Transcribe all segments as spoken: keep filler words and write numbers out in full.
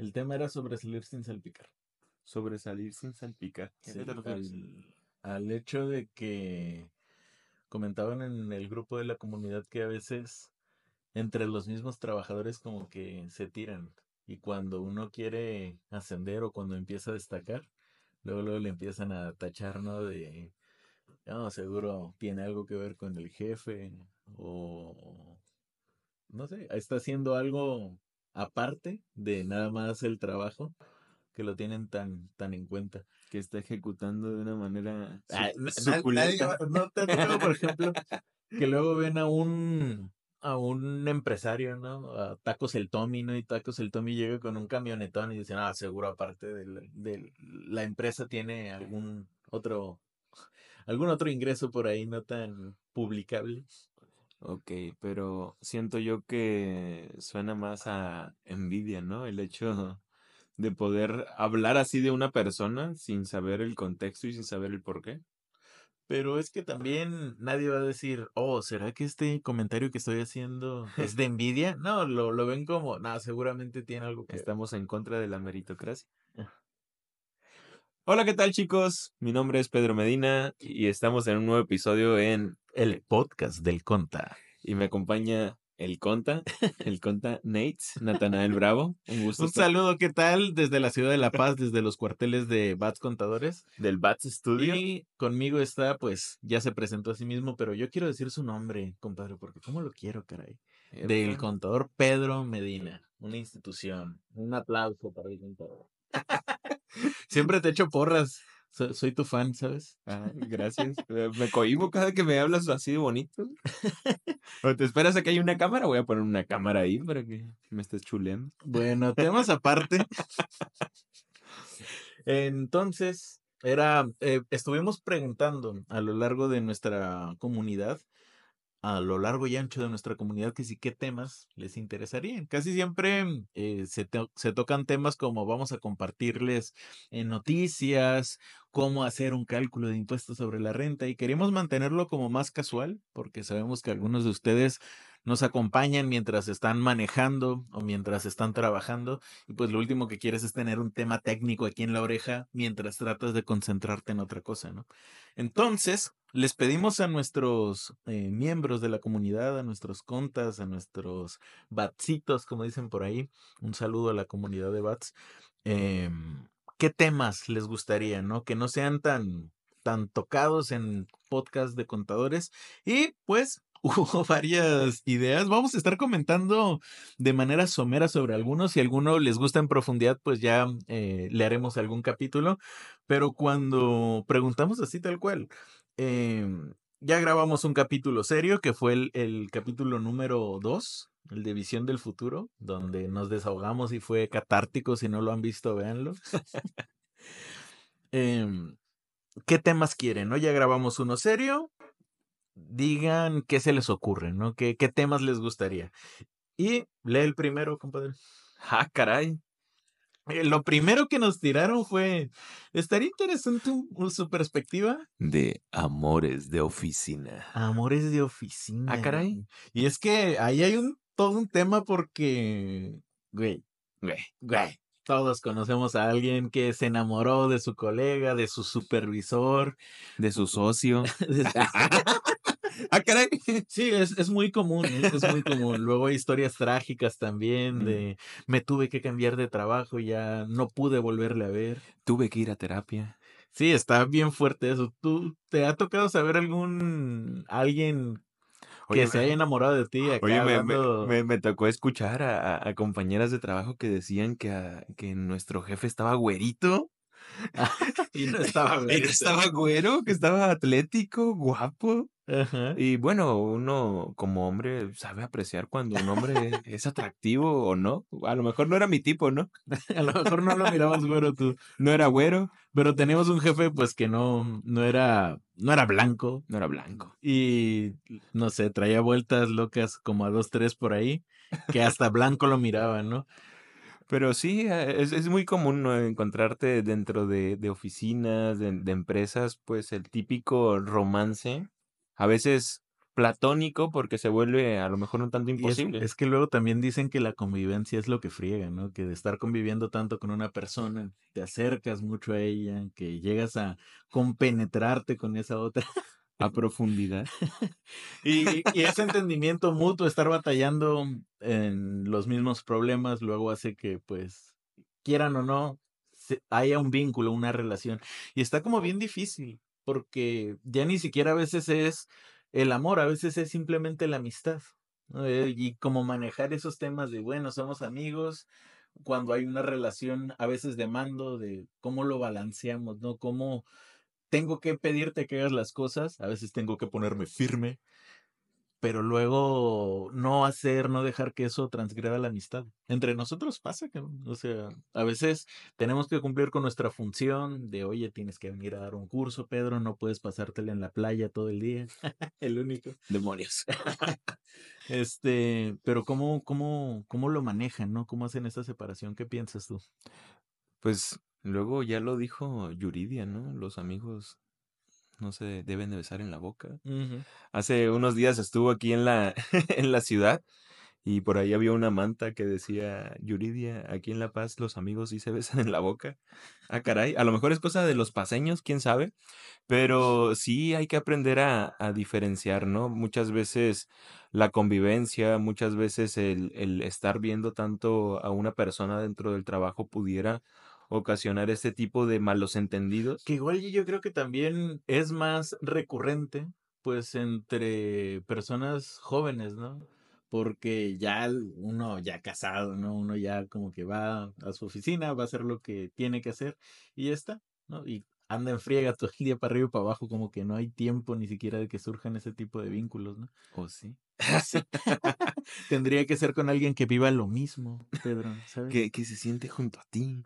El tema era sobresalir sin salpicar. Sobresalir sin salpicar. ¿A Sí, qué te refieres? al, al hecho de que comentaban en el grupo de la comunidad que a veces entre los mismos trabajadores como que se tiran. Y cuando uno quiere ascender o cuando empieza a destacar, luego, luego le empiezan a tachar, ¿no? De, no, seguro tiene algo que ver con el jefe o, no sé, está haciendo algo aparte de nada más el trabajo que lo tienen tan, tan en cuenta. Que está ejecutando de una manera Ah, su- na- na- suculenta. nadie- no te ha tocado, por ejemplo, que luego ven a un a un empresario, ¿no? A Tacos el Tommy, ¿no? Y Tacos el Tommy llega con un camionetón y dicen, ah, seguro aparte de la, de la empresa tiene algún otro algún otro ingreso por ahí no tan publicable. Ok, pero siento yo que suena más a envidia, ¿no? El hecho de poder hablar así de una persona sin saber el contexto y sin saber el porqué. Pero es que también nadie va a decir, oh, ¿será que este comentario que estoy haciendo es de envidia? No, lo, lo ven como, no, seguramente tiene algo que ver. Estamos en contra de la meritocracia. Hola, ¿qué tal, chicos? Mi nombre es Pedro Medina y estamos en un nuevo episodio en El podcast del Conta. y me acompaña el Conta, el Conta Nate, Natanael Bravo. Un gusto Un estar saludo, ¿qué tal? Desde la ciudad de La Paz, desde los cuarteles de Bats Contadores. del Bats Studio. Y conmigo está, pues, ya se presentó a sí mismo, pero yo quiero decir su nombre, compadre, porque ¿cómo lo quiero, caray? Del Epa. contador Pedro Medina, una institución. Un aplauso para el contador. Siempre te echo porras. So- soy tu fan, ¿sabes? Ah, gracias. Eh, Me cohíbo cada que me hablas así de bonito. ¿O te esperas a que haya una cámara? Voy a poner una cámara ahí para que me estés chuleando. Bueno, temas aparte. Entonces, era, eh, estuvimos preguntando a lo largo de nuestra comunidad, a lo largo y ancho de nuestra comunidad, que sí, qué temas les interesarían. Casi siempre eh, se, to- se tocan temas como vamos a compartirles en noticias, cómo hacer un cálculo de impuestos sobre la renta, y queremos mantenerlo como más casual, porque sabemos que algunos de ustedes nos acompañan mientras están manejando o mientras están trabajando, y pues lo último que quieres es tener un tema técnico aquí en la oreja mientras tratas de concentrarte en otra cosa, ¿no? Entonces, les pedimos a nuestros eh, miembros de la comunidad, a nuestros contas, a nuestros batsitos, como dicen por ahí, un saludo a la comunidad de bats, em, ¿qué temas les gustaría, no? Que no sean tan, tan tocados en podcast de contadores. Y pues hubo varias ideas. Vamos a estar comentando de manera somera sobre algunos. Si alguno les gusta en profundidad, pues ya eh, le haremos algún capítulo. Pero cuando preguntamos así tal cual, em, ya grabamos un capítulo serio que fue el, el capítulo número dos, el de Visión del Futuro, donde nos desahogamos y fue catártico. Si no lo han visto, véanlo. Em, ¿Qué temas quieren? ¿No? Ya grabamos uno serio. Digan qué se les ocurre, ¿no? ¿Qué, qué temas les gustaría? Y lee el primero, compadre. Ah, caray. Eh, lo primero que nos tiraron fue, estaría interesante un- un- su perspectiva. De amores de oficina. Amores de oficina. Ah, caray. güey. Y es que ahí hay un todo un tema porque, güey, Güey. güey, todos conocemos a alguien que se enamoró de su colega, de su supervisor, De su socio. de su- Ah, caray. Sí, es, es muy común, es, es muy común. Luego hay historias trágicas también Mm. de me tuve que cambiar de trabajo, ya no pude volverle a ver. Tuve que ir a terapia. Sí, está bien fuerte eso. ¿Tú te ha tocado saber algún alguien Oye, que se haya me, enamorado de ti oye, acá me, me, hablando? me, me tocó escuchar a, a- a compañeras de trabajo que decían que, a- que nuestro jefe estaba güerito. Y no estaba Y no güerito. estaba güero, que estaba atlético, guapo. Ajá. Y bueno, uno como hombre sabe apreciar cuando un hombre es atractivo o no. A lo mejor no era mi tipo, ¿no? A lo mejor no lo mirabas güero tú, No era güero, pero teníamos un jefe pues que no, no era, no era blanco no era blanco. y no sé, traía vueltas locas como a dos, tres por ahí, que hasta blanco lo miraban, ¿no? Pero sí, eh, es, es muy común, ¿no?, encontrarte dentro de, de oficinas, de, de empresas, pues el típico romance. A veces platónico porque se vuelve a lo mejor un tanto Y es, imposible. es que luego también dicen que la convivencia es lo que friega, ¿no? Que de estar conviviendo tanto con una persona, te acercas mucho a ella, que llegas a compenetrarte con esa otra. A profundidad. Y, y ese entendimiento mutuo, estar batallando en los mismos problemas, luego hace que, pues, quieran o no, se- haya un vínculo, una relación. Y está como bien difícil, porque ya ni siquiera a veces es el amor, a veces es simplemente la amistad, ¿no? Eh, Y como manejar esos temas de, bueno, somos amigos, cuando hay una relación a veces de mando, de cómo lo balanceamos, ¿no? Cómo tengo que pedirte que hagas las cosas, a veces tengo que ponerme firme, pero luego no hacer, no dejar que eso transgreda la amistad. Entre nosotros pasa que, o sea, a veces tenemos que cumplir con nuestra función de, oye, tienes que venir a dar un curso, Pedro, no puedes pasártela en la playa todo el día, el único. Demonios. Este, pero ¿cómo, cómo, cómo lo manejan, no? ¿Cómo hacen esa separación? ¿Qué piensas tú? Pues luego ya lo dijo Yuridia, ¿no? Los amigos no se deben de besar en la boca. Ujú. Hace unos días estuvo aquí en la, en la ciudad y por ahí había una manta que decía, Yuridia, aquí en La Paz los amigos sí se besan en la boca. Ah, caray, a lo mejor es cosa de los paseños, quién sabe, pero sí hay que aprender a, a diferenciar, ¿no? Muchas veces la convivencia, muchas veces el, el estar viendo tanto a una persona dentro del trabajo pudiera ocasionar este tipo de malos entendidos. Que igual yo creo que también es más recurrente, pues entre personas jóvenes, ¿no? Porque ya el- uno ya casado, ¿no? Uno ya como que va a su oficina, va a hacer lo que tiene que hacer y ya está, ¿no? Y anda en friega todo el día para arriba y para abajo, como que no hay tiempo ni siquiera de que surjan ese tipo de vínculos, ¿no? ¿O sí? Sí. Tendría que ser con alguien que viva lo mismo, Pedro, ¿sabes? Que, que se siente junto a ti,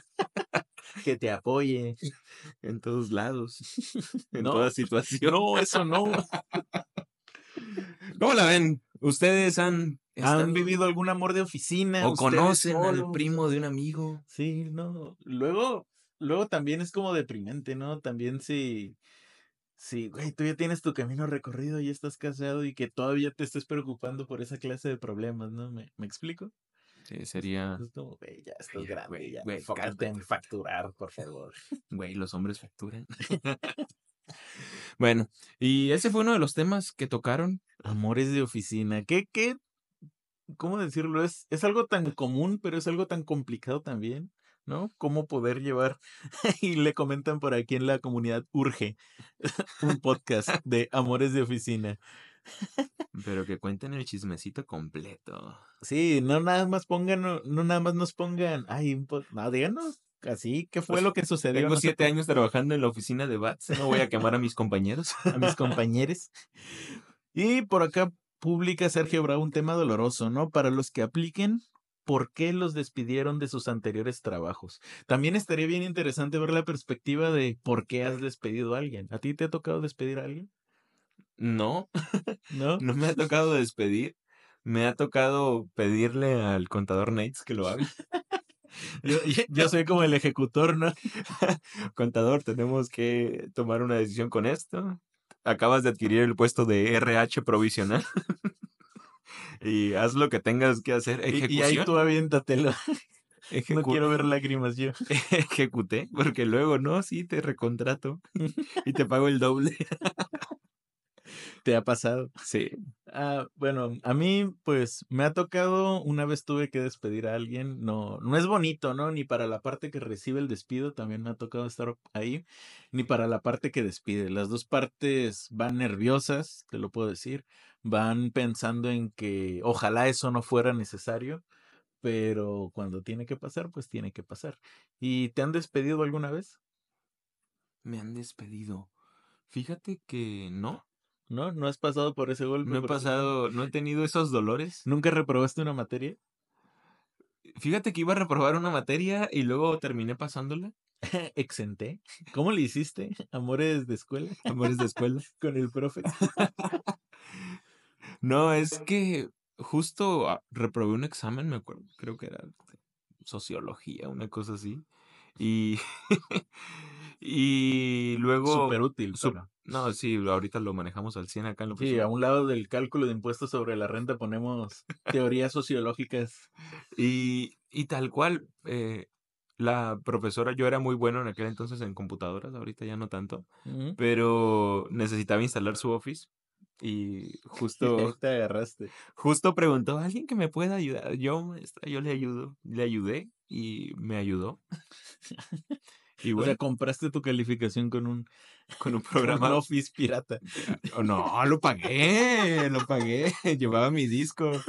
Que te apoye. en todos lados, en No, toda situación. no, eso no. ¿Cómo la ven? ¿Ustedes han ¿Han estado vivido algún amor de oficina? o Ustedes conocen al solos. primo de un amigo? Sí, no. Luego, luego también es como deprimente, ¿no? También si, si, güey, tú ya tienes tu camino recorrido y estás casado y que todavía te estés preocupando por esa clase de problemas, ¿no? ¿Me, me explico? Sí, Es, sería, es como, güey, ya estás güey, grande, güey, ya güey, enfócate en cálmate. facturar, por favor. Güey, los hombres facturan. Bueno, y ese fue uno de los temas que tocaron. Amores de oficina. ¿Qué, qué, cómo decirlo? Es, es algo tan común, pero es algo tan complicado también, ¿no? ¿Cómo poder llevar? Y le comentan por aquí en la comunidad, urge un podcast de amores de oficina. Pero que cuenten el chismecito completo. Sí, no nada más pongan, no, no nada más nos pongan, ay, un po- no, díganos así, ¿qué fue lo que sucedió? Tengo No se siete años preocupen. trabajando en la oficina de Bats. No voy a quemar a mis compañeros. A mis compañeros. Y por acá publica Sergio Bravo un tema doloroso, ¿no? Para los que apliquen, ¿por qué los despidieron de sus anteriores trabajos? También estaría bien interesante ver la perspectiva de por qué has despedido a alguien. ¿A ti te ha tocado despedir a alguien? No, ¿No? no me ha tocado despedir. Me ha tocado pedirle al contador Nates que lo haga. Yo, yo yo soy como el ejecutor, ¿no? Contador, tenemos que tomar una decisión con esto. Acabas de adquirir el puesto de R H provisional y haz lo que tengas que hacer. Y, y ahí Ejecución. tú aviéntatelo. No Ejecu- quiero ver lágrimas yo. Ejecuté, porque luego no, sí, te recontrato y te pago el doble. ¿Te ha pasado? Sí, Ah, bueno, a mí, pues, me ha tocado, una vez tuve que despedir a alguien, no, no es bonito, ¿no? Ni para la parte que recibe el despido, también me ha tocado estar ahí, ni para la parte que despide. Las dos partes van nerviosas, te lo puedo decir, van pensando en que ojalá eso no fuera necesario, pero cuando tiene que pasar, pues tiene que pasar. ¿Y te han despedido alguna vez? me han despedido. Fíjate que no, ¿No? ¿No has pasado por ese golpe, no he por ese trauma? pasado, no he tenido esos dolores. ¿Nunca reprobaste una materia? Fíjate que iba a reprobar una materia y luego terminé pasándola. Exenté. ¿Cómo le hiciste? Amores de escuela Amores de escuela. con el profe. No, es que justo ah, reprobé un examen, me acuerdo, creo que era sociología, una cosa así. Y, y luego, Súper útil, sup- pero. No, sí, ahorita lo manejamos al cien acá en la Sí, oficina. a un lado del cálculo de impuestos sobre la renta ponemos teorías sociológicas. Y, y tal cual, eh, la profesora, yo era muy bueno en aquel entonces en computadoras, ahorita ya no tanto, Ujú. pero necesitaba instalar su Office y Y ahí justo, te agarraste. justo preguntó, ¿alguien que me pueda ayudar? Yo, maestra, yo le ayudo, le ayudé y me ayudó. Y O sea, bueno, compraste tu calificación con un, con un con un programa, Office pirata. eh, oh, no, lo pagué, lo pagué, llevaba mi disco.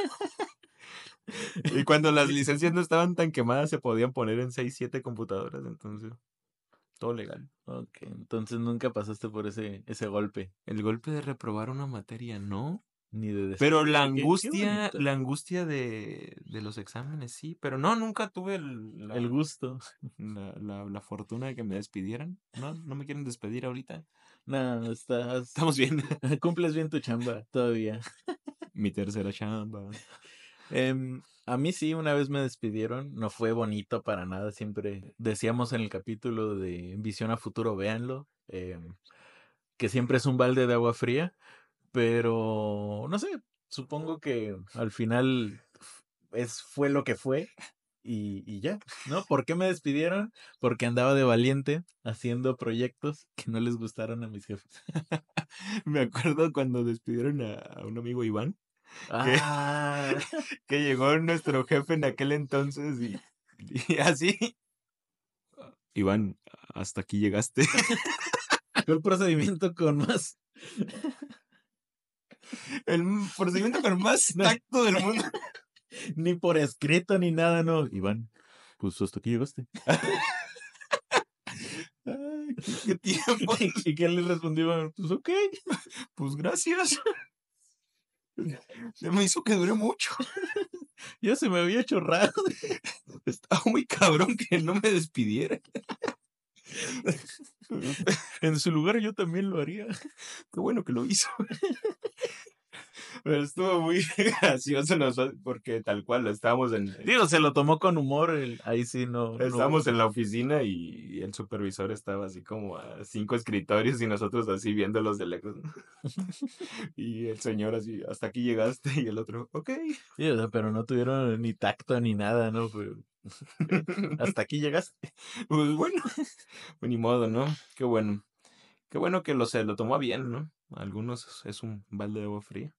Y cuando las licencias no estaban tan quemadas, se podían poner en seis siete computadoras, entonces, todo legal. Ok, entonces nunca pasaste por ese, ese golpe, El golpe de reprobar una materia, ¿no? ni de Pero la despedir. Qué, qué angustia, bonito. la angustia de, de los exámenes, sí. Pero no, nunca tuve el- El la, gusto. la, la, la fortuna de que me despidieran. No, no me quieren despedir ahorita. No, estás. Estamos bien. Cumples bien tu chamba todavía. Mi tercera chamba. Em, a mí sí, una vez me despidieron. No fue bonito para nada. Siempre decíamos en el capítulo de Visión a Futuro, véanlo. em, que siempre es un balde de agua fría. Pero no sé, supongo que al final f- es, fue lo que fue y, y ya, ¿no? ¿Por qué me despidieron? Porque andaba de valiente haciendo proyectos que no les gustaron a mis jefes. Me acuerdo cuando despidieron a, a un amigo Iván, que, Ah, que llegó nuestro jefe en aquel entonces y, y así. Iván, hasta aquí llegaste. fue el procedimiento con más. El procedimiento con más No, tacto del mundo. ni por escrito ni nada, no. Iván, pues hasta aquí llegaste. Ay, qué, qué tiempo. ¿Y qué le respondió? Iván? Pues ok. Pues gracias. Se me hizo que duré mucho. Ya se me había hecho raro. Estaba muy cabrón que no me despidiera. En su lugar yo también lo haría. Qué bueno que lo hizo. Pero estuvo muy gracioso nosotros, porque tal cual estábamos en, Digo, se lo tomó con humor, el, ahí sí no, no hubo. estábamos en la oficina y el supervisor estaba así como a cinco escritorios y nosotros así viéndolos de lejos. Y el señor así, hasta aquí llegaste y el otro, ok. Sí, o sea, pero no tuvieron ni tacto ni nada, ¿no? Fue, ok, hasta aquí llegaste. Pues bueno, pues ni modo, ¿no? Qué bueno. Qué bueno que lo se lo tomó bien, ¿no? Algunos es un balde de agua fría.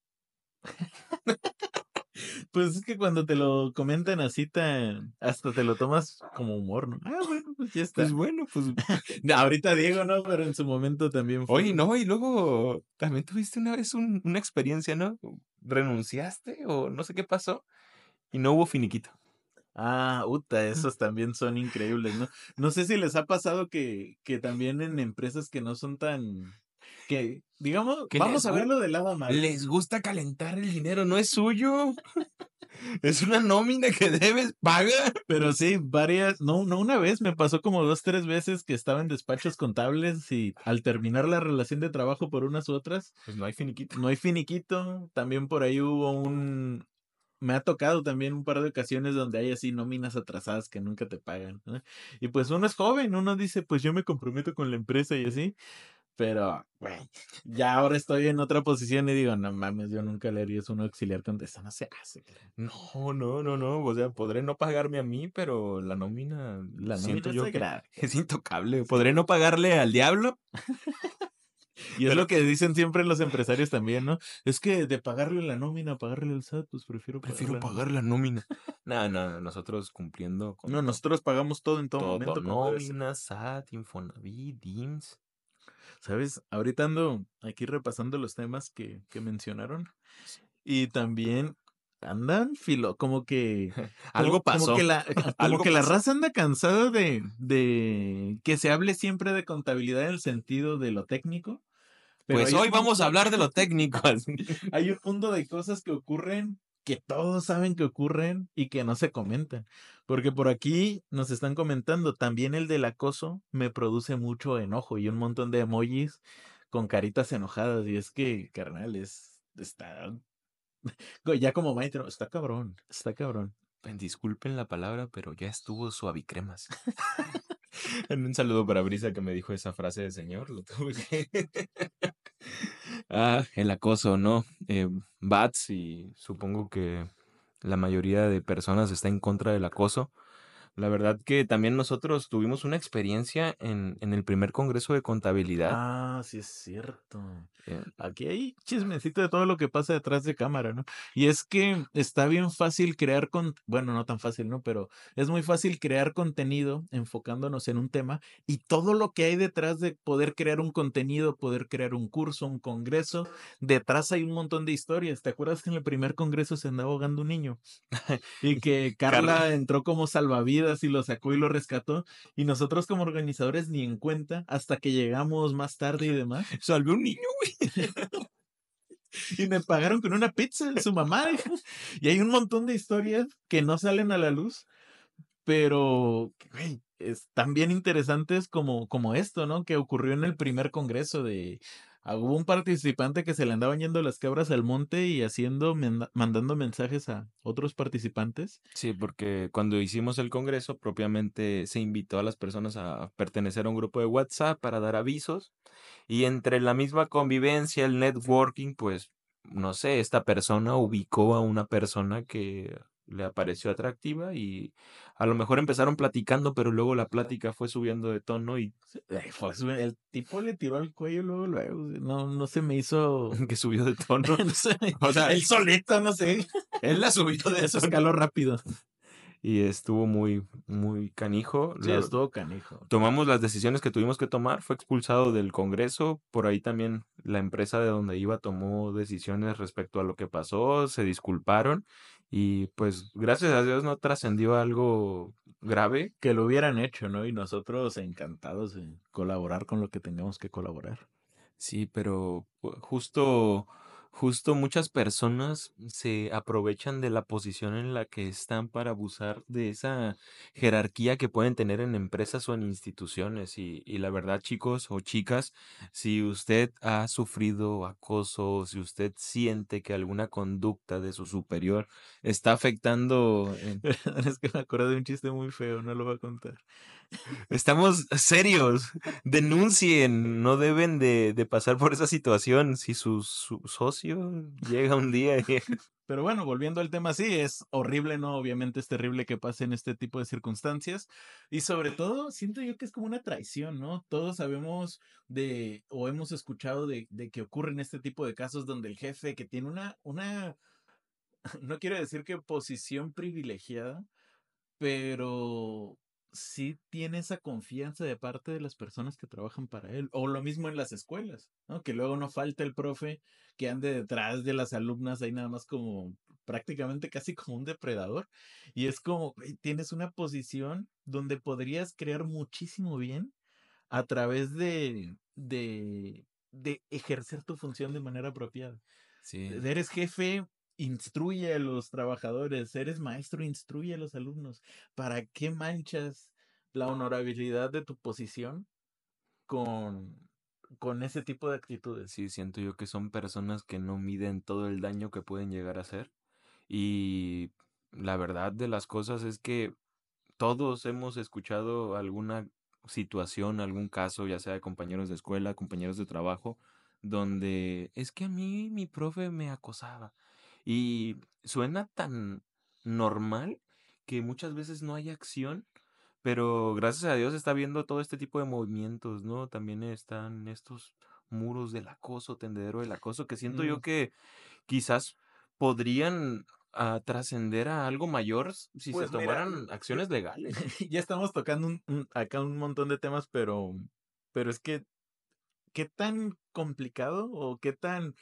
Pues es que cuando te lo comentan así tan, hasta te lo tomas como humor, ¿no? Ah, bueno, pues ya Pues está. bueno, pues No, ahorita Diego, ¿no? Pero en su momento también fue. oye, no, y luego también tuviste una vez un- una experiencia, ¿no? ¿Renunciaste o no sé qué pasó? Y no hubo finiquito. Ah, uta, esos también son increíbles, ¿no? No sé si les ha pasado que, que también en empresas que no son tan, que, digamos, Que vamos les, a gu- verlo del lado amable. les gusta calentar el dinero, no es suyo. Es una nómina que debes pagar. Pero sí, varias, no, no una vez, me pasó como dos, tres veces que estaba en despachos contables y al terminar la relación de trabajo por unas u otras, Pues no hay finiquito. no hay finiquito. También por ahí hubo un, me ha tocado también un par de ocasiones donde hay así nóminas atrasadas que nunca te pagan, ¿no? Y pues uno es joven, uno dice, pues yo me comprometo con la empresa y así, pero, güey, ya ahora estoy en otra posición y digo, no mames, yo nunca le haría eso a un auxiliar con eso, no se hace. No, no, no, no. O sea, podré no pagarme a mí, pero la nómina La siento nómina es yo que sagrada. es intocable. Sí. Podré no pagarle al diablo, Y es pero lo que dicen siempre los empresarios también, ¿no? Es que de pagarle la nómina, pagarle el S A T, pues prefiero pagar prefiero la nómina. pagar la nómina. No, no, nosotros cumpliendo con No, todo. nosotros pagamos todo en todo Todo, momento como debe ser. nómina, S A T, Infonavit, I M S S. ¿Sabes? Ahorita ando aquí repasando los temas que, que mencionaron. Y también andan filo, como que, Algo como, como que pasó, la, como algo que la pasó. raza anda cansada de, de que se hable siempre de contabilidad en el sentido de lo técnico, pero Pues hay un hoy vamos a mundo, hablar de lo técnico. así. hay un mundo de cosas que ocurren que todos saben que ocurren y que no se comentan. Porque por aquí nos están comentando, también el del acoso me produce mucho enojo y un montón de emojis con caritas enojadas. Y es que, carnal, es, está ya como maestro, está cabrón, está cabrón. Disculpen la palabra, pero ya estuvo suavicremas. Un saludo para Brisa que me dijo esa frase de señor. Lo tuve que... Ah, el acoso, ¿no? Eh, Bats, y supongo que la mayoría de personas está en contra del acoso. La verdad que también nosotros tuvimos una experiencia en, en el primer congreso de contabilidad. Ah, sí es cierto. eh, Aquí hay chismecito de todo lo que pasa detrás de cámara, ¿no? Y es que está bien fácil crear con, bueno, no tan fácil, ¿no? Pero es muy fácil crear contenido enfocándonos en un tema y todo lo que hay detrás de poder crear un contenido, poder crear un curso, un congreso, detrás hay un montón de historias. ¿Te acuerdas que en el primer congreso se andaba ahogando un niño? Y que Carla, Carla entró como salvavidas y lo sacó y lo rescató. Y nosotros como organizadores ni en cuenta hasta que llegamos más tarde y demás. salvé un niño. Y me pagaron con una pizza, su mamá. Y hay un montón de historias que no salen a la luz, pero güey, están bien interesantes como, como esto, ¿no? Que ocurrió en el primer congreso de... ah, hubo un participante que se le andaban yendo las cabras al monte y haciendo, menda- mandando mensajes a otros participantes. Sí, porque cuando hicimos el congreso, propiamente se invitó a las personas a pertenecer a un grupo de WhatsApp para dar avisos. Y entre la misma convivencia, el networking, pues, no sé, esta persona ubicó a una persona que le apareció atractiva y a lo mejor empezaron platicando, pero luego la plática fue subiendo de tono y Ay, fue su- el tipo le tiró al cuello luego, luego. No, no se me hizo. que subió de tono. No sé, O sea, el solito, no sé. él la subió de Eso tono. escaló rápido. Y estuvo muy, muy canijo. Sí, La- estuvo canijo. tomamos las decisiones que tuvimos que tomar, fue expulsado del Congreso, por ahí también la empresa de donde iba tomó decisiones respecto a lo que pasó, se disculparon y pues gracias a Dios no trascendió algo grave. Que lo hubieran hecho, ¿no? Y nosotros encantados de colaborar con lo que tengamos que colaborar. Sí, pero pu- justo, justo muchas personas se aprovechan de la posición en la que están para abusar de esa jerarquía que pueden tener en empresas o en instituciones. Y, y la verdad, chicos o chicas, si usted ha sufrido acoso, si usted siente que alguna conducta de su superior está afectando en... Es que me acuerdo de un chiste muy feo, no lo voy a contar. Estamos serios. Denuncien. No deben de, de pasar por esa situación. Si su, su socio llega un día y... Pero bueno, volviendo al tema, sí, es horrible, ¿no? Obviamente es terrible que pase en este tipo de circunstancias. Y sobre todo, siento yo que es como una traición, ¿no? Todos sabemos de, o hemos escuchado de, de que ocurren este tipo de casos donde el jefe que tiene una, una, no quiero decir que posición privilegiada, pero sí tiene esa confianza de parte de las personas que trabajan para él. O lo mismo en las escuelas, ¿no? Que luego no falta el profe que ande detrás de las alumnas ahí nada más como prácticamente casi como un depredador. Y es como, güey, tienes una posición donde podrías crear muchísimo bien a través de, de, de ejercer tu función de manera apropiada. Sí, Eres jefe, instruye a los trabajadores. Eres maestro, instruye a los alumnos. ¿Para qué manchas la honorabilidad de tu posición con, con ese tipo de actitudes? sí, siento yo que son personas que no miden todo el daño que pueden llegar a hacer. Y la verdad de las cosas es que todos hemos escuchado alguna situación, algún caso, ya sea de compañeros de escuela, compañeros de trabajo, donde es que a mí mi profe me acosaba. Y suena tan normal que muchas veces no hay acción, pero gracias a Dios está viendo todo este tipo de movimientos, ¿no? También están estos muros del acoso, tendedero del acoso, que siento Mm, yo que quizás podrían a trascender a algo mayor s- si se pues mira, tomaran yo- acciones legales. ya estamos tocando un- un- acá un montón de temas, pero, pero es que, ¿qué tan complicado o qué tan,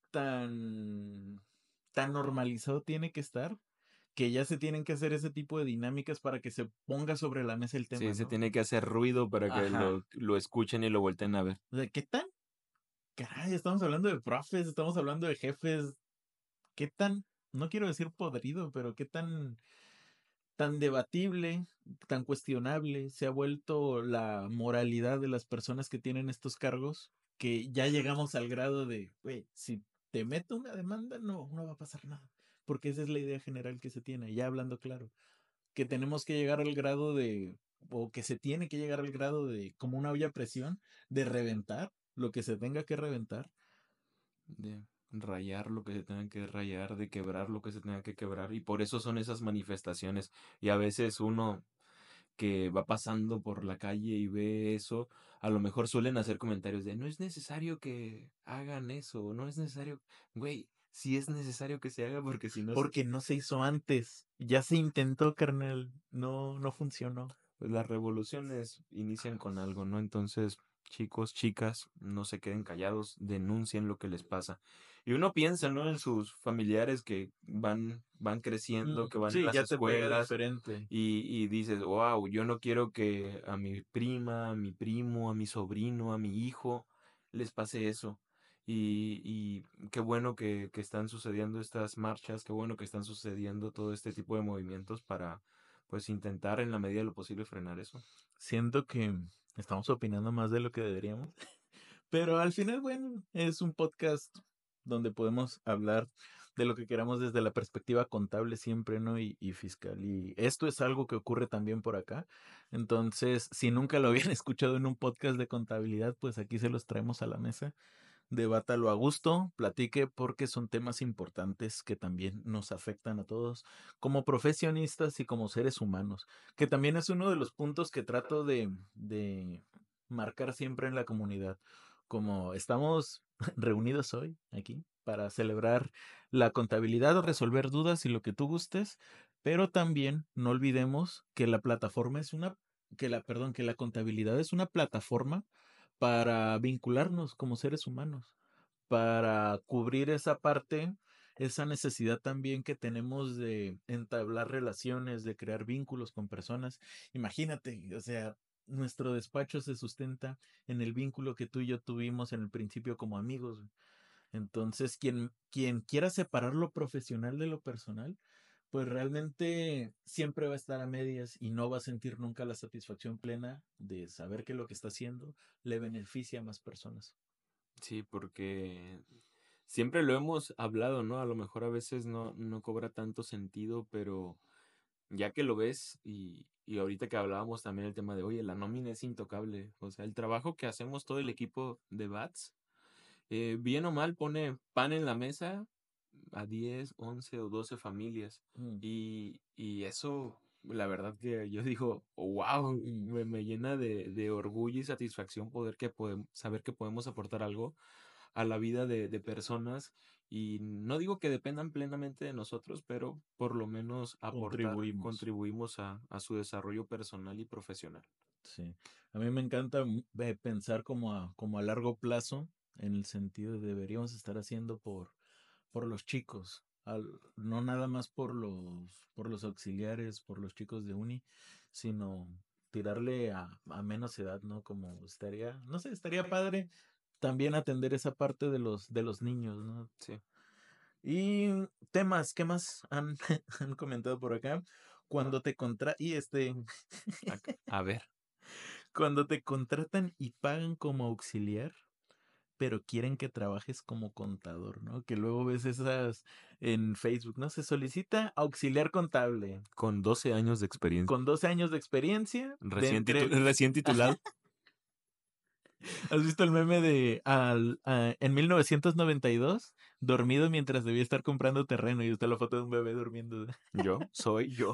tan, tan normalizado tiene que estar que ya se tienen que hacer ese tipo de dinámicas para que se ponga sobre la mesa el Sí, tema, se ¿no? tiene que hacer ruido para que Ajá. lo, lo escuchen y lo volteen a ver. O sea, ¿qué tan? Caray, estamos hablando de profes, estamos hablando de jefes. ¿Qué tan? No quiero decir podrido, pero qué tan, tan debatible, tan cuestionable se ha vuelto la moralidad de las personas que tienen estos cargos, que ya llegamos al grado de, güey, si te meto una demanda, no, no va a pasar nada. Porque esa es la idea general que se tiene, ya hablando claro. Que tenemos que llegar al grado de, o que se tiene que llegar al grado de, como una olla a presión, de reventar lo que se tenga que reventar de rayar lo que se tenga que rayar, de quebrar lo que se tenga que quebrar, y por eso son esas manifestaciones. Y a veces uno que va pasando por la calle y ve eso, a lo mejor suelen hacer comentarios de no es necesario que hagan eso, no es necesario, güey, sí es necesario que se haga porque si no, se- Porque no se hizo antes. Ya se intentó, carnal. No, no funcionó. pues las revoluciones inician con algo, ¿no? Entonces, chicos, chicas, no se queden callados, denuncien lo que les pasa. Y uno piensa, ¿no? En sus familiares que van, van creciendo, Mm, que van en sí, las ya te pega escuelas, diferente. y, y dices, wow, yo no quiero que a mi prima, a mi primo, a mi sobrino, a mi hijo les pase eso. Y, y qué bueno que, que están sucediendo estas marchas, qué bueno que están sucediendo todo este tipo de movimientos para, pues, intentar en la medida de lo posible frenar eso. Siento que estamos opinando más de lo que deberíamos. Pero al final, bueno, es un podcast donde podemos hablar de lo que queramos desde la perspectiva contable siempre, ¿no? Y, y fiscal. Y esto es algo que ocurre también por acá. Entonces, si nunca lo habían escuchado en un podcast de contabilidad, pues aquí se los traemos a la mesa. Debátalo a gusto, platique porque son temas importantes que también nos afectan a todos como profesionistas y como seres humanos, que también es uno de los puntos que trato de, de marcar siempre en la comunidad. Como estamos reunidos hoy aquí para celebrar la contabilidad, resolver dudas y lo que tú gustes, pero también no olvidemos que la plataforma es una, que la, perdón, que la contabilidad es una plataforma para vincularnos como seres humanos, para cubrir esa parte, esa necesidad también que tenemos de entablar relaciones, de crear vínculos con personas. Imagínate, o sea, nuestro despacho se sustenta en el vínculo que tú y yo tuvimos en el principio como amigos. Entonces, quien, quien quiera separar lo profesional de lo personal, pues realmente siempre va a estar a medias y no va a sentir nunca la satisfacción plena de saber que lo que está haciendo le beneficia a más personas. Sí, porque siempre lo hemos hablado, ¿no? A lo mejor a veces no, no cobra tanto sentido, pero ya que lo ves y, y ahorita que hablábamos también el tema de, oye, la nómina es intocable. O sea, el trabajo que hacemos todo el equipo de Bats, eh, bien o mal, pone pan en la mesa a diez once o doce familias. Mm, Y, y eso, la verdad que yo digo, wow, mm. me, me llena de, de orgullo y satisfacción poder que podem- saber que podemos aportar algo a la vida de, de personas. Y no digo que dependan plenamente de nosotros, pero por lo menos aportar, Contribuimos. contribuimos a, a su desarrollo personal y profesional. Sí. A mí me encanta mm, eh, pensar como a, como a largo plazo, en el sentido de deberíamos estar haciendo por, por los chicos, al- no nada más por los, por los auxiliares, por los chicos de uni, sino tirarle a, a menos edad, ¿no? Como estaría, no sé, estaría padre también atender esa parte de los, de los niños, ¿no? Sí. Y temas, ¿qué más han, han comentado por acá? Cuando te contra y este, A, a ver, cuando te contratan y pagan como auxiliar, pero quieren que trabajes como contador, ¿no? Que luego ves esas en Facebook, ¿no? Se solicita auxiliar contable con doce años de experiencia, con doce años de experiencia, de recién, titu- entre... recién titulado. ¿Has visto el meme de al, a- en mil novecientos noventa y dos, dormido mientras debía estar comprando terreno y está la foto de un bebé durmiendo? Yo, soy yo.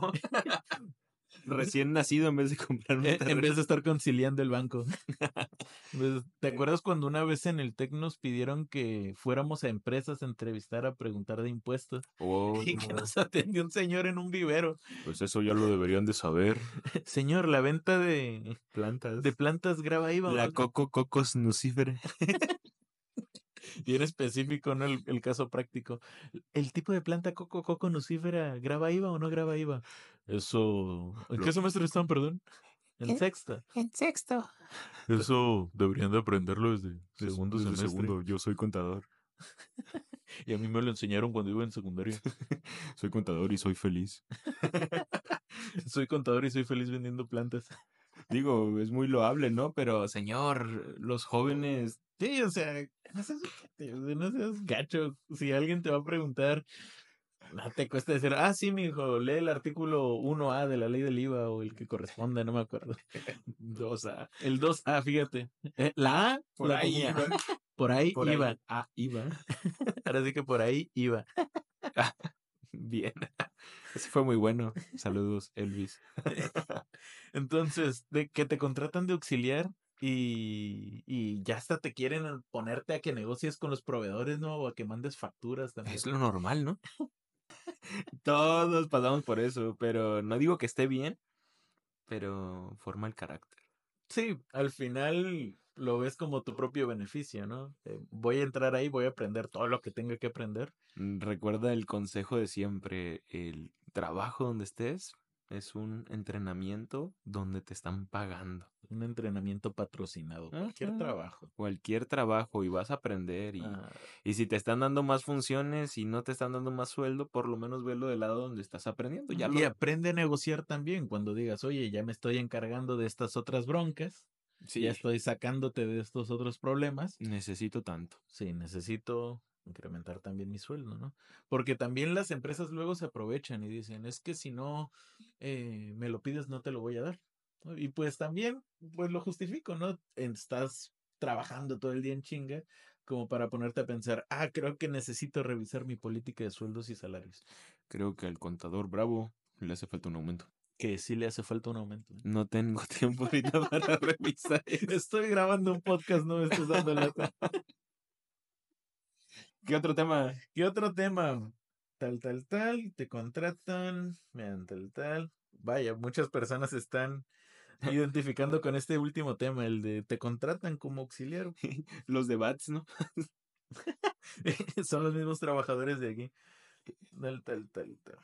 Recién nacido en vez de comprar un E- En vez terreno. de estar conciliando el banco. Pues, ¿te acuerdas cuando una vez en el TEC nos pidieron que fuéramos a empresas a entrevistar a preguntar de impuestos Oh, y que nos atendió un señor en un vivero? pues eso ya lo deberían de saber. Señor, la venta de, de Plantas. plantas grava I V A o La no? coco cocos nucífera. Bien específico, ¿no? El, el caso práctico. ¿El tipo de planta coco coco nucífera graba I V A o no graba I V A? Eso. ¿En Lo- qué semestre están, perdón? En En, sexta. en sexto. Eso deberían de aprenderlo desde Des- segundo desde semestre. segundo, yo soy contador. Y a mí me lo enseñaron cuando iba en secundaria. Soy contador y soy feliz. Soy contador y soy feliz vendiendo plantas. Digo, es muy loable, ¿no? Pero, señor, los jóvenes. Sí, o sea, no seas, ojete, o sea, no seas gacho. Si alguien te va a preguntar, no te cuesta decir, ah, sí, mi hijo, lee el artículo uno A de la ley del I V A o el que corresponda, no me acuerdo. Dos a El dos A, fíjate. Eh, la A, por la ahí. común. por ahí Por iba. ahí. Ah, iba. Ahora sí que por ahí iba. Bien. Ese fue muy bueno. Saludos, Elvis. Entonces, de que te contratan de auxiliar y, y ya hasta te quieren ponerte a que negocies con los proveedores, ¿no? O a que mandes facturas Es también. lo normal, ¿no? Todos pasamos por eso, pero no digo que esté bien, pero forma el carácter. Sí, al final lo ves como tu propio beneficio, ¿no? Eh, voy a entrar ahí, voy a aprender todo lo que tenga que aprender. Mm, Recuerda el consejo de siempre, el trabajo donde estés es un entrenamiento donde te están pagando. Un entrenamiento patrocinado, cualquier Ajá. trabajo. Cualquier trabajo y vas a aprender y, Ah, y si te están dando más funciones y no te están dando más sueldo, por lo menos velo del lado donde estás aprendiendo. Ya y lo... aprende a negociar también cuando digas, oye, ya me estoy encargando de estas otras broncas, ya Sí, estoy sacándote de estos otros problemas. necesito tanto. Sí, necesito incrementar también mi sueldo, ¿no? Porque también las empresas luego se aprovechan y dicen, es que si no eh, me lo pides, no te lo voy a dar, ¿no? Y pues también, pues lo justifico, ¿no? Estás trabajando todo el día en chinga como para ponerte a pensar, ah, creo que necesito revisar mi política de sueldos y salarios. Creo que al contador bravo le hace falta un aumento. Que sí le hace falta un aumento, ¿eh? No tengo tiempo ahorita para revisar eso. Estoy grabando un podcast, no me estés dando lata. ¿Qué otro tema? ¿Qué otro tema? Tal, tal, tal, te contratan, vean, tal, tal. Vaya, muchas personas están identificando con este último tema, el de te contratan como auxiliar. Los debates, ¿no? Son los mismos trabajadores de aquí. Tal, tal, tal, tal.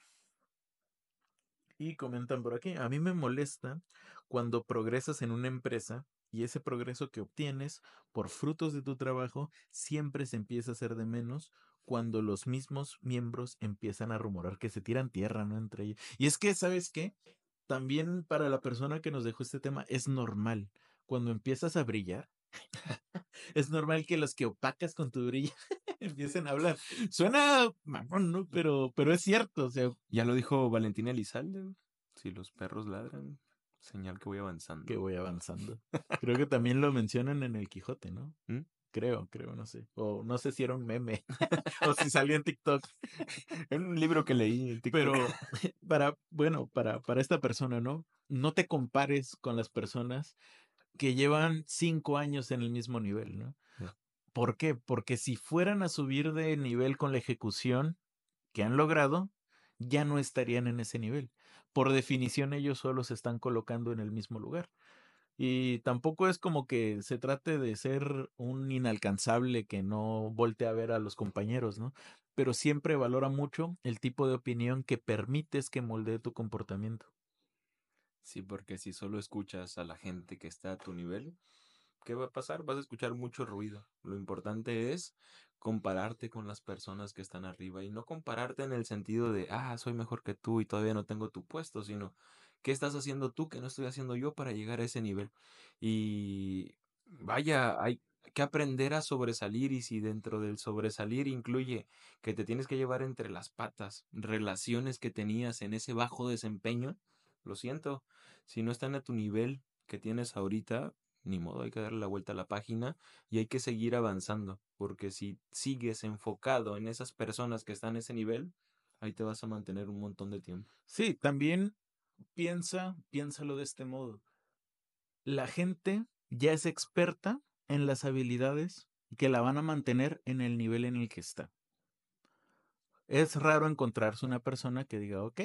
Y comentan por aquí, a mí me molesta cuando progresas en una empresa y ese progreso que obtienes por frutos de tu trabajo siempre se empieza a hacer de menos cuando los mismos miembros empiezan a rumorar que se tiran tierra, ¿no? Entre ellos. Y es que, ¿sabes qué? También para la persona que nos dejó este tema es normal. Cuando empiezas a brillar, es normal que los que opacas con tu brillo empiecen a hablar. Suena mamón, ¿no? Pero, pero es cierto, o sea, Ya lo dijo Valentina Elizalde. Si los perros ladran, señal que voy que avanzando. voy avanzando. Creo que también lo mencionan en el Quijote, ¿no? ¿Mm? Creo, creo, no sé. O no sé si era un meme o si salió en TikTok. En un libro que leí en TikTok. Pero para, bueno, para, para esta persona, ¿no? No te compares con las personas que llevan cinco años en el mismo nivel, ¿no? Ya. ¿Por qué? Porque si fueran a subir de nivel con la ejecución que han logrado, ya no estarían en ese nivel. Por definición, ellos solo se están colocando en el mismo lugar. Y tampoco es como que se trate de ser un inalcanzable que no voltea a ver a los compañeros, ¿no? Pero siempre valora mucho el tipo de opinión que permites que moldee tu comportamiento. Sí, porque si solo escuchas a la gente que está a tu nivel, ¿qué va a pasar? Vas a escuchar mucho ruido. Lo importante es compararte con las personas que están arriba y no compararte en el sentido de, ah, soy mejor que tú y todavía no tengo tu puesto, sino, ¿qué estás haciendo tú que no estoy haciendo yo para llegar a ese nivel? Y vaya, hay que aprender a sobresalir y si dentro del sobresalir incluye que te tienes que llevar entre las patas relaciones que tenías en ese bajo desempeño, lo siento, si no están a tu nivel que tienes ahorita, ni modo, hay que darle la vuelta a la página y hay que seguir avanzando, porque si sigues enfocado en esas personas que están a ese nivel, ahí te vas a mantener un montón de tiempo. Sí, también piensa, piénsalo de este modo. La gente ya es experta en las habilidades que la van a mantener en el nivel en el que está. Es raro encontrarse una persona que diga, ok,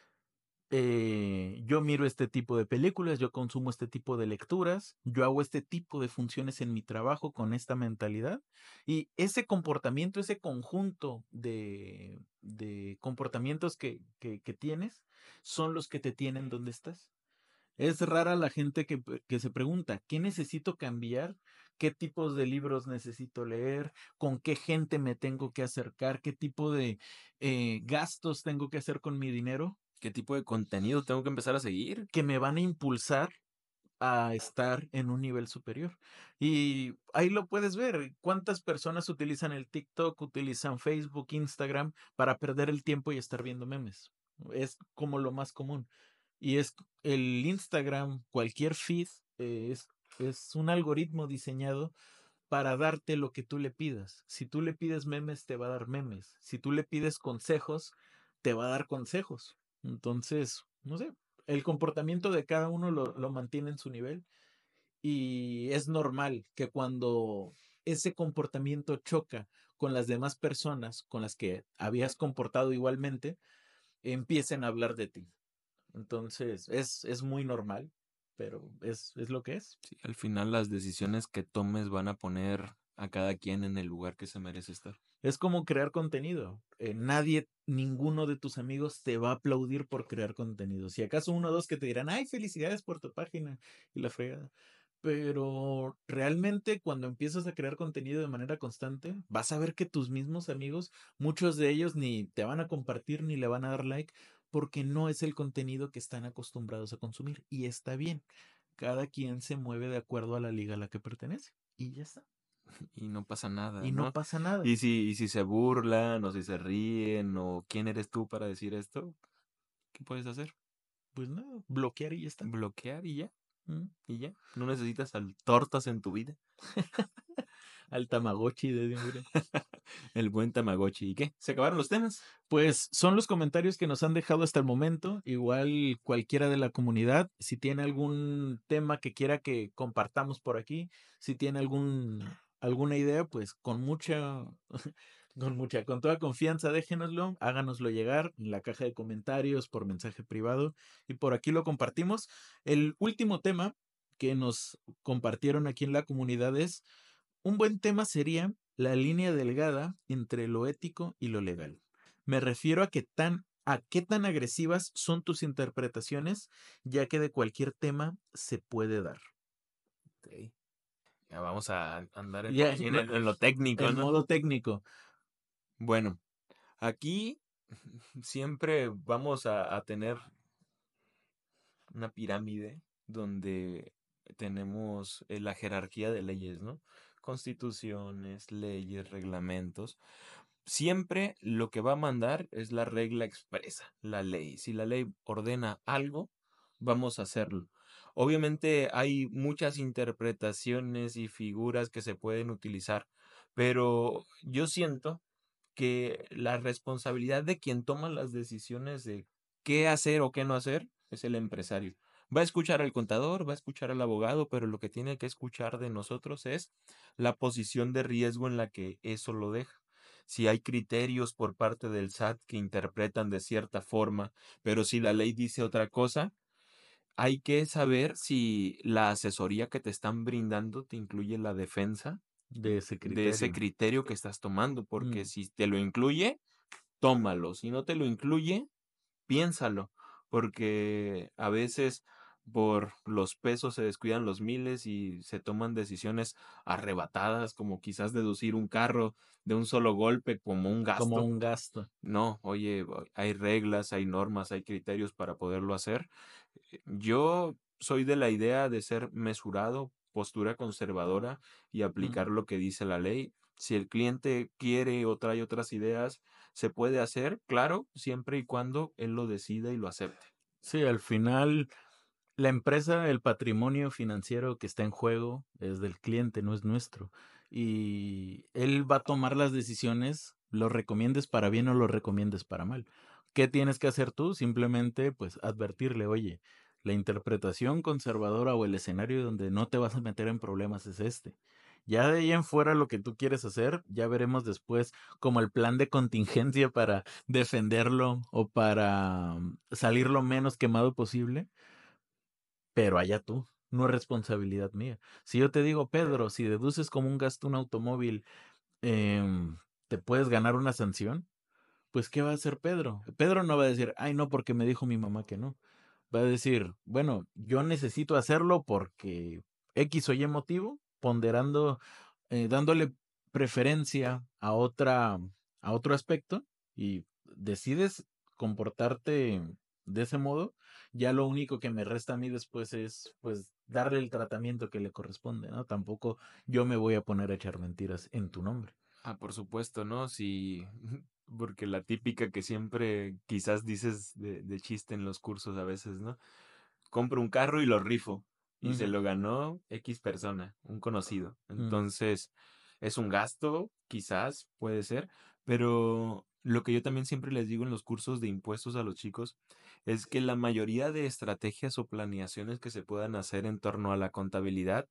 eh, yo miro este tipo de películas, yo consumo este tipo de lecturas, yo hago este tipo de funciones en mi trabajo con esta mentalidad y ese comportamiento, ese conjunto de, de comportamientos que, que, que tienes son los que te tienen donde estás. Es rara la gente que, que se pregunta, ¿qué necesito cambiar? ¿Qué tipos de libros necesito leer? ¿Con qué gente me tengo que acercar? ¿Qué tipo de eh, gastos tengo que hacer con mi dinero? ¿Qué tipo de contenido tengo que empezar a seguir? Que me van a impulsar a estar en un nivel superior. Y ahí lo puedes ver. ¿Cuántas personas utilizan el TikTok, utilizan Facebook, Instagram para perder el tiempo y estar viendo memes? Es como lo más común. Y es el Instagram, cualquier feed, eh, es, es un algoritmo diseñado para darte lo que tú le pidas. Si tú le pides memes, te va a dar memes. Si tú le pides consejos, te va a dar consejos. Entonces, no sé, el comportamiento de cada uno lo, lo mantiene en su nivel y es normal que cuando ese comportamiento choca con las demás personas con las que habías comportado igualmente, empiecen a hablar de ti. Entonces, es, es muy normal, pero es, es lo que es. Sí, al final las decisiones que tomes van a poner a cada quien en el lugar que se merece estar. Es como crear contenido. Eh, nadie, ninguno de tus amigos te va a aplaudir por crear contenido. Si acaso uno o dos que te dirán, ay, felicidades por tu página y la fregada. Pero realmente cuando empiezas a crear contenido de manera constante, vas a ver que tus mismos amigos, muchos de ellos ni te van a compartir ni le van a dar like porque no es el contenido que están acostumbrados a consumir. Y está bien. Cada quien se mueve de acuerdo a la liga a la que pertenece. Y ya está. Y no pasa nada, Y no ¿no? pasa nada. Y si, y si se burlan, o si se ríen, o quién eres tú para decir esto, ¿qué puedes hacer? Pues nada, bloquear y ya está. Bloquear y ya, Mm. y ya. No necesitas al tortas en tu vida. Al Tamagotchi de Dimbre. El buen Tamagotchi. ¿Y qué? ¿Se acabaron los temas? Pues son los comentarios que nos han dejado hasta el momento. Igual cualquiera de la comunidad, si tiene algún tema que quiera que compartamos por aquí, si tiene algún alguna idea, pues con mucha con mucha con toda confianza déjenoslo, háganoslo llegar en la caja de comentarios por mensaje privado y por aquí lo compartimos. El último tema que nos compartieron aquí en la comunidad es un buen tema sería la línea delgada entre lo ético y lo legal. Me refiero a que tan a qué tan agresivas son tus interpretaciones, ya que de cualquier tema se puede dar. Ok. Ya vamos a andar en, Ya, en, en lo técnico, en ¿no? modo técnico. Bueno, aquí siempre vamos a, a tener una pirámide donde tenemos eh, la jerarquía de leyes, ¿no? Constituciones, leyes, reglamentos. Siempre lo que va a mandar es la regla expresa, la ley. Si la ley ordena algo, vamos a hacerlo. Obviamente hay muchas interpretaciones y figuras que se pueden utilizar, pero yo siento que la responsabilidad de quien toma las decisiones de qué hacer o qué no hacer es el empresario. Va a escuchar al contador, va a escuchar al abogado, pero lo que tiene que escuchar de nosotros es la posición de riesgo en la que eso lo deja. Si hay criterios por parte del S A T que interpretan de cierta forma, pero si la ley dice otra cosa, hay que saber si la asesoría que te están brindando te incluye la defensa De ese de ese criterio. criterio que estás tomando, porque Mm. si te lo incluye, tómalo. Si no te lo incluye, piénsalo, porque a veces por los pesos se descuidan los miles y se toman decisiones arrebatadas, como quizás deducir un carro de un solo golpe como un Como gasto. un gasto. No, oye, hay reglas, hay normas, hay criterios para poderlo hacer. Yo soy de la idea de ser mesurado, postura conservadora y Mm. aplicar lo que dice la ley. Si el cliente quiere o trae otras ideas, se puede hacer, claro, siempre y cuando él lo decida y lo acepte. Sí, al final la empresa, el patrimonio financiero que está en juego es del cliente, no es nuestro. Y él va a tomar las decisiones, lo recomiendes para bien o lo recomiendes para mal. ¿Qué tienes que hacer tú? Simplemente, pues, advertirle, oye, la interpretación conservadora o el escenario donde no te vas a meter en problemas es este. Ya de ahí en fuera lo que tú quieres hacer, ya veremos después como el plan de contingencia para defenderlo o para mm, salir lo menos quemado posible, pero allá tú, no es responsabilidad mía. Si yo te digo, Pedro, si deduces como un gasto un automóvil, em, te puedes ganar una sanción, pues ¿qué va a hacer Pedro? Pedro no va a decir, ay, no, porque me dijo mi mamá que no. Va a decir, bueno, yo necesito hacerlo porque X o Y motivo, ponderando, eh, dándole preferencia a otra, a otro aspecto y decides comportarte de ese modo, ya lo único que me resta a mí después es pues darle el tratamiento que le corresponde, ¿no? Tampoco yo me voy a poner a echar mentiras en tu nombre. Ah, por supuesto, ¿no? Sí, porque la típica que siempre quizás dices de, de chiste en los cursos a veces, ¿no? Compro un carro y lo rifo. y se Ujú. lo ganó X persona, un conocido. Mm. Entonces, es un gasto, quizás, puede ser, pero lo que yo también siempre les digo en los cursos de impuestos a los chicos es que la mayoría de estrategias o planeaciones que se puedan hacer en torno a la contabilidad,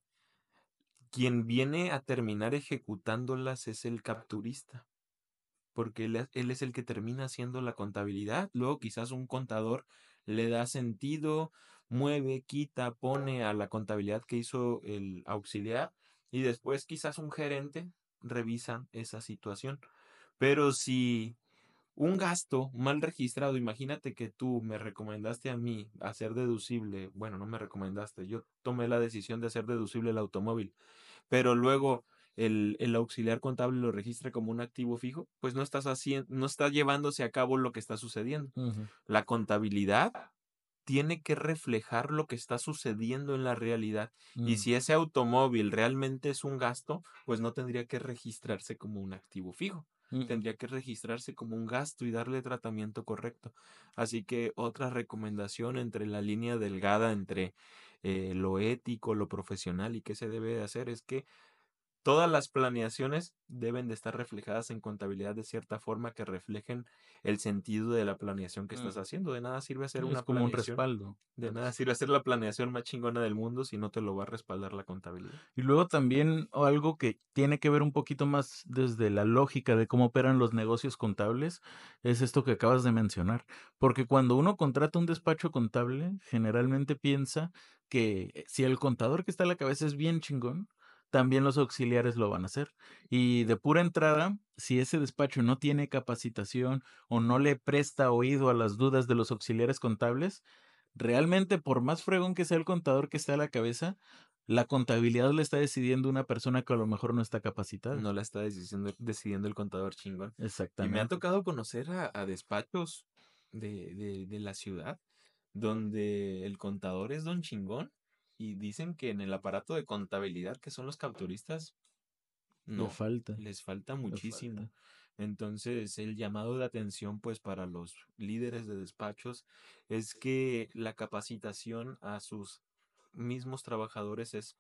quien viene a terminar ejecutándolas es el capturista, porque él, es- él es el que termina haciendo la contabilidad. Luego quizás un contador le da sentido, mueve, quita, pone a la contabilidad que hizo el auxiliar y después quizás un gerente revisa esa situación. Pero si un gasto mal registrado, imagínate que tú me recomendaste a mí hacer deducible, bueno, no me recomendaste, yo tomé la decisión de hacer deducible el automóvil, pero luego el, el auxiliar contable lo registra como un activo fijo, pues no estás haciendo, no está llevándose a cabo lo que está sucediendo. Ujú. La contabilidad tiene que reflejar lo que está sucediendo en la realidad. Y Mm. si ese automóvil realmente es un gasto, pues no tendría que registrarse como un activo fijo. Mm. Tendría que registrarse como un gasto y darle tratamiento correcto. Así que otra recomendación entre la línea delgada entre eh, lo ético, lo profesional y qué se debe de hacer es que todas las planeaciones deben de estar reflejadas en contabilidad de cierta forma que reflejen el sentido de la planeación que estás Mm. haciendo. De nada sirve hacer Es una como un planeación, respaldo. de nada sirve hacer la planeación más chingona del mundo si no te lo va a respaldar la contabilidad. Y luego también o algo que tiene que ver un poquito más desde la lógica de cómo operan los negocios contables, es esto que acabas de mencionar. Porque cuando uno contrata un despacho contable, generalmente piensa que eh, si el contador que está a la cabeza es bien chingón, también los auxiliares lo van a hacer. Y de pura entrada, si ese despacho no tiene capacitación o no le presta oído a las dudas de los auxiliares contables, realmente por más fregón que sea el contador que está a la cabeza, la contabilidad la está decidiendo una persona que a lo mejor no está capacitada. No la está decidiendo, decidiendo el contador chingón. Y me ha Exactamente. tocado conocer a, a despachos de, de, de la ciudad donde el contador es don chingón y dicen que en el aparato de contabilidad que son los capturistas, Le no, falta, les falta le muchísimo. falta. Entonces, el llamado de atención, pues, para los líderes de despachos es que la capacitación a sus mismos trabajadores es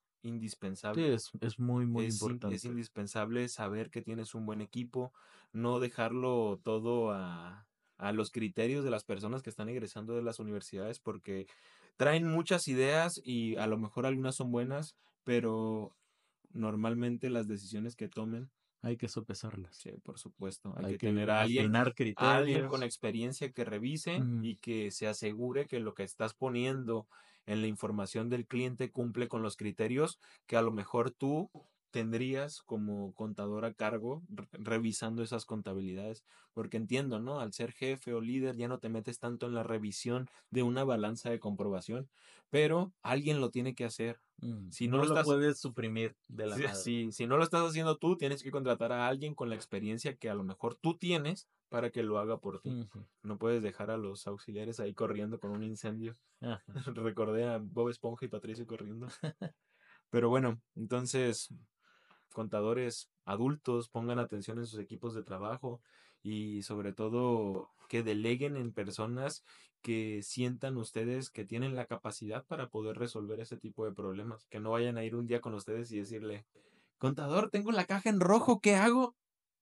Sí, indispensable. es, es muy, muy Es, in- es importante. indispensable saber que tienes un buen equipo, no dejarlo todo a, a los criterios de las personas que están egresando de las universidades, porque traen muchas ideas y a lo mejor algunas son buenas, pero normalmente las decisiones que tomen, Hay que sopesarlas. sí, por supuesto, hay Hay que tener que a alguien, afinar a alguien con criterios. experiencia que revise Ujú. y que se asegure que lo que estás poniendo en la información del cliente cumple con los criterios que a lo mejor tú tendrías como contador a cargo re- revisando esas contabilidades, porque entiendo, ¿no? Al ser jefe o líder ya no te metes tanto en la revisión de una balanza de comprobación, pero alguien lo tiene que hacer. Mm. Si no No lo lo estás puedes suprimir de la si, nada. si, si no lo estás haciendo tú, tienes que contratar a alguien con la experiencia que a lo mejor tú tienes para que lo haga por ti. Ujú. No puedes dejar a los auxiliares ahí corriendo con un incendio. Ajá. Recordé a Bob Esponja y Patricio corriendo. Pero bueno, entonces, contadores adultos, pongan atención en sus equipos de trabajo y sobre todo que deleguen en personas que sientan ustedes que tienen la capacidad para poder resolver ese tipo de problemas. Que no vayan a ir un día con ustedes y decirle, contador, tengo la caja en rojo, ¿qué hago?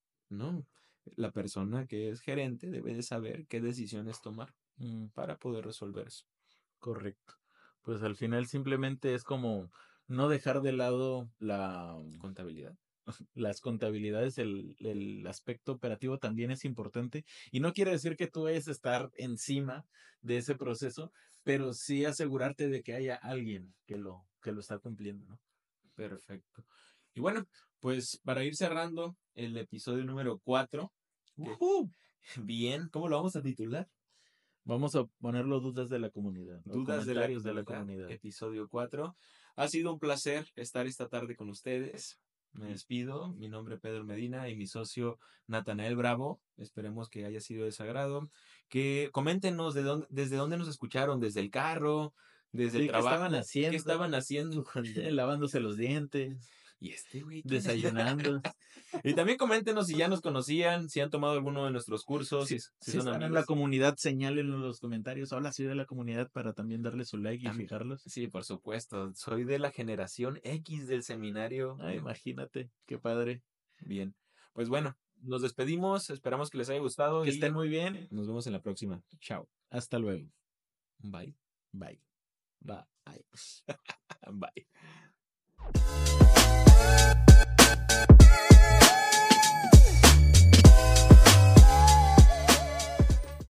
No, la persona que es gerente debe de saber qué decisiones tomar Mm. para poder resolver eso. Correcto. Pues al final simplemente es como no dejar de lado la, Contabilidad. las contabilidades, el, el aspecto operativo también es importante. Y no quiere decir que tú vayas a estar encima de ese proceso, pero sí asegurarte de que haya alguien que lo, que lo está cumpliendo, ¿no? Perfecto. Y bueno, pues para ir cerrando el episodio número cuatro, que Ujú. bien, ¿cómo lo vamos a titular? Vamos a ponerlo dudas de la comunidad o Dudas de la comentarios de la comunidad, comunidad. episodio cuatro. Ha sido un placer estar esta tarde con ustedes. Me despido. Mi nombre es Pedro Medina y mi socio Natanael Bravo. Esperemos que haya sido de su agrado. Que coméntenos de dónde, desde dónde nos escucharon, desde el carro, desde el Sí, ¿qué estaban trabajo, qué haciendo? estaban haciendo cuando, Lavándose los dientes. ¿Y este güey quién es? Desayunando. Y también coméntenos si ya nos conocían, si han tomado alguno de nuestros cursos, si, Si, si si son están en la amigos. comunidad, señálenlo en los comentarios. Hola, soy de la comunidad para también darle su like y Tam- fijarlos. Sí, por supuesto. Soy de la generación X del seminario. Ah, imagínate, qué padre. Bien. Pues bueno, nos despedimos. Esperamos que les haya gustado Que y estén muy bien. nos vemos en la próxima. Chao. Hasta luego. Bye. Bye. Bye. Bye.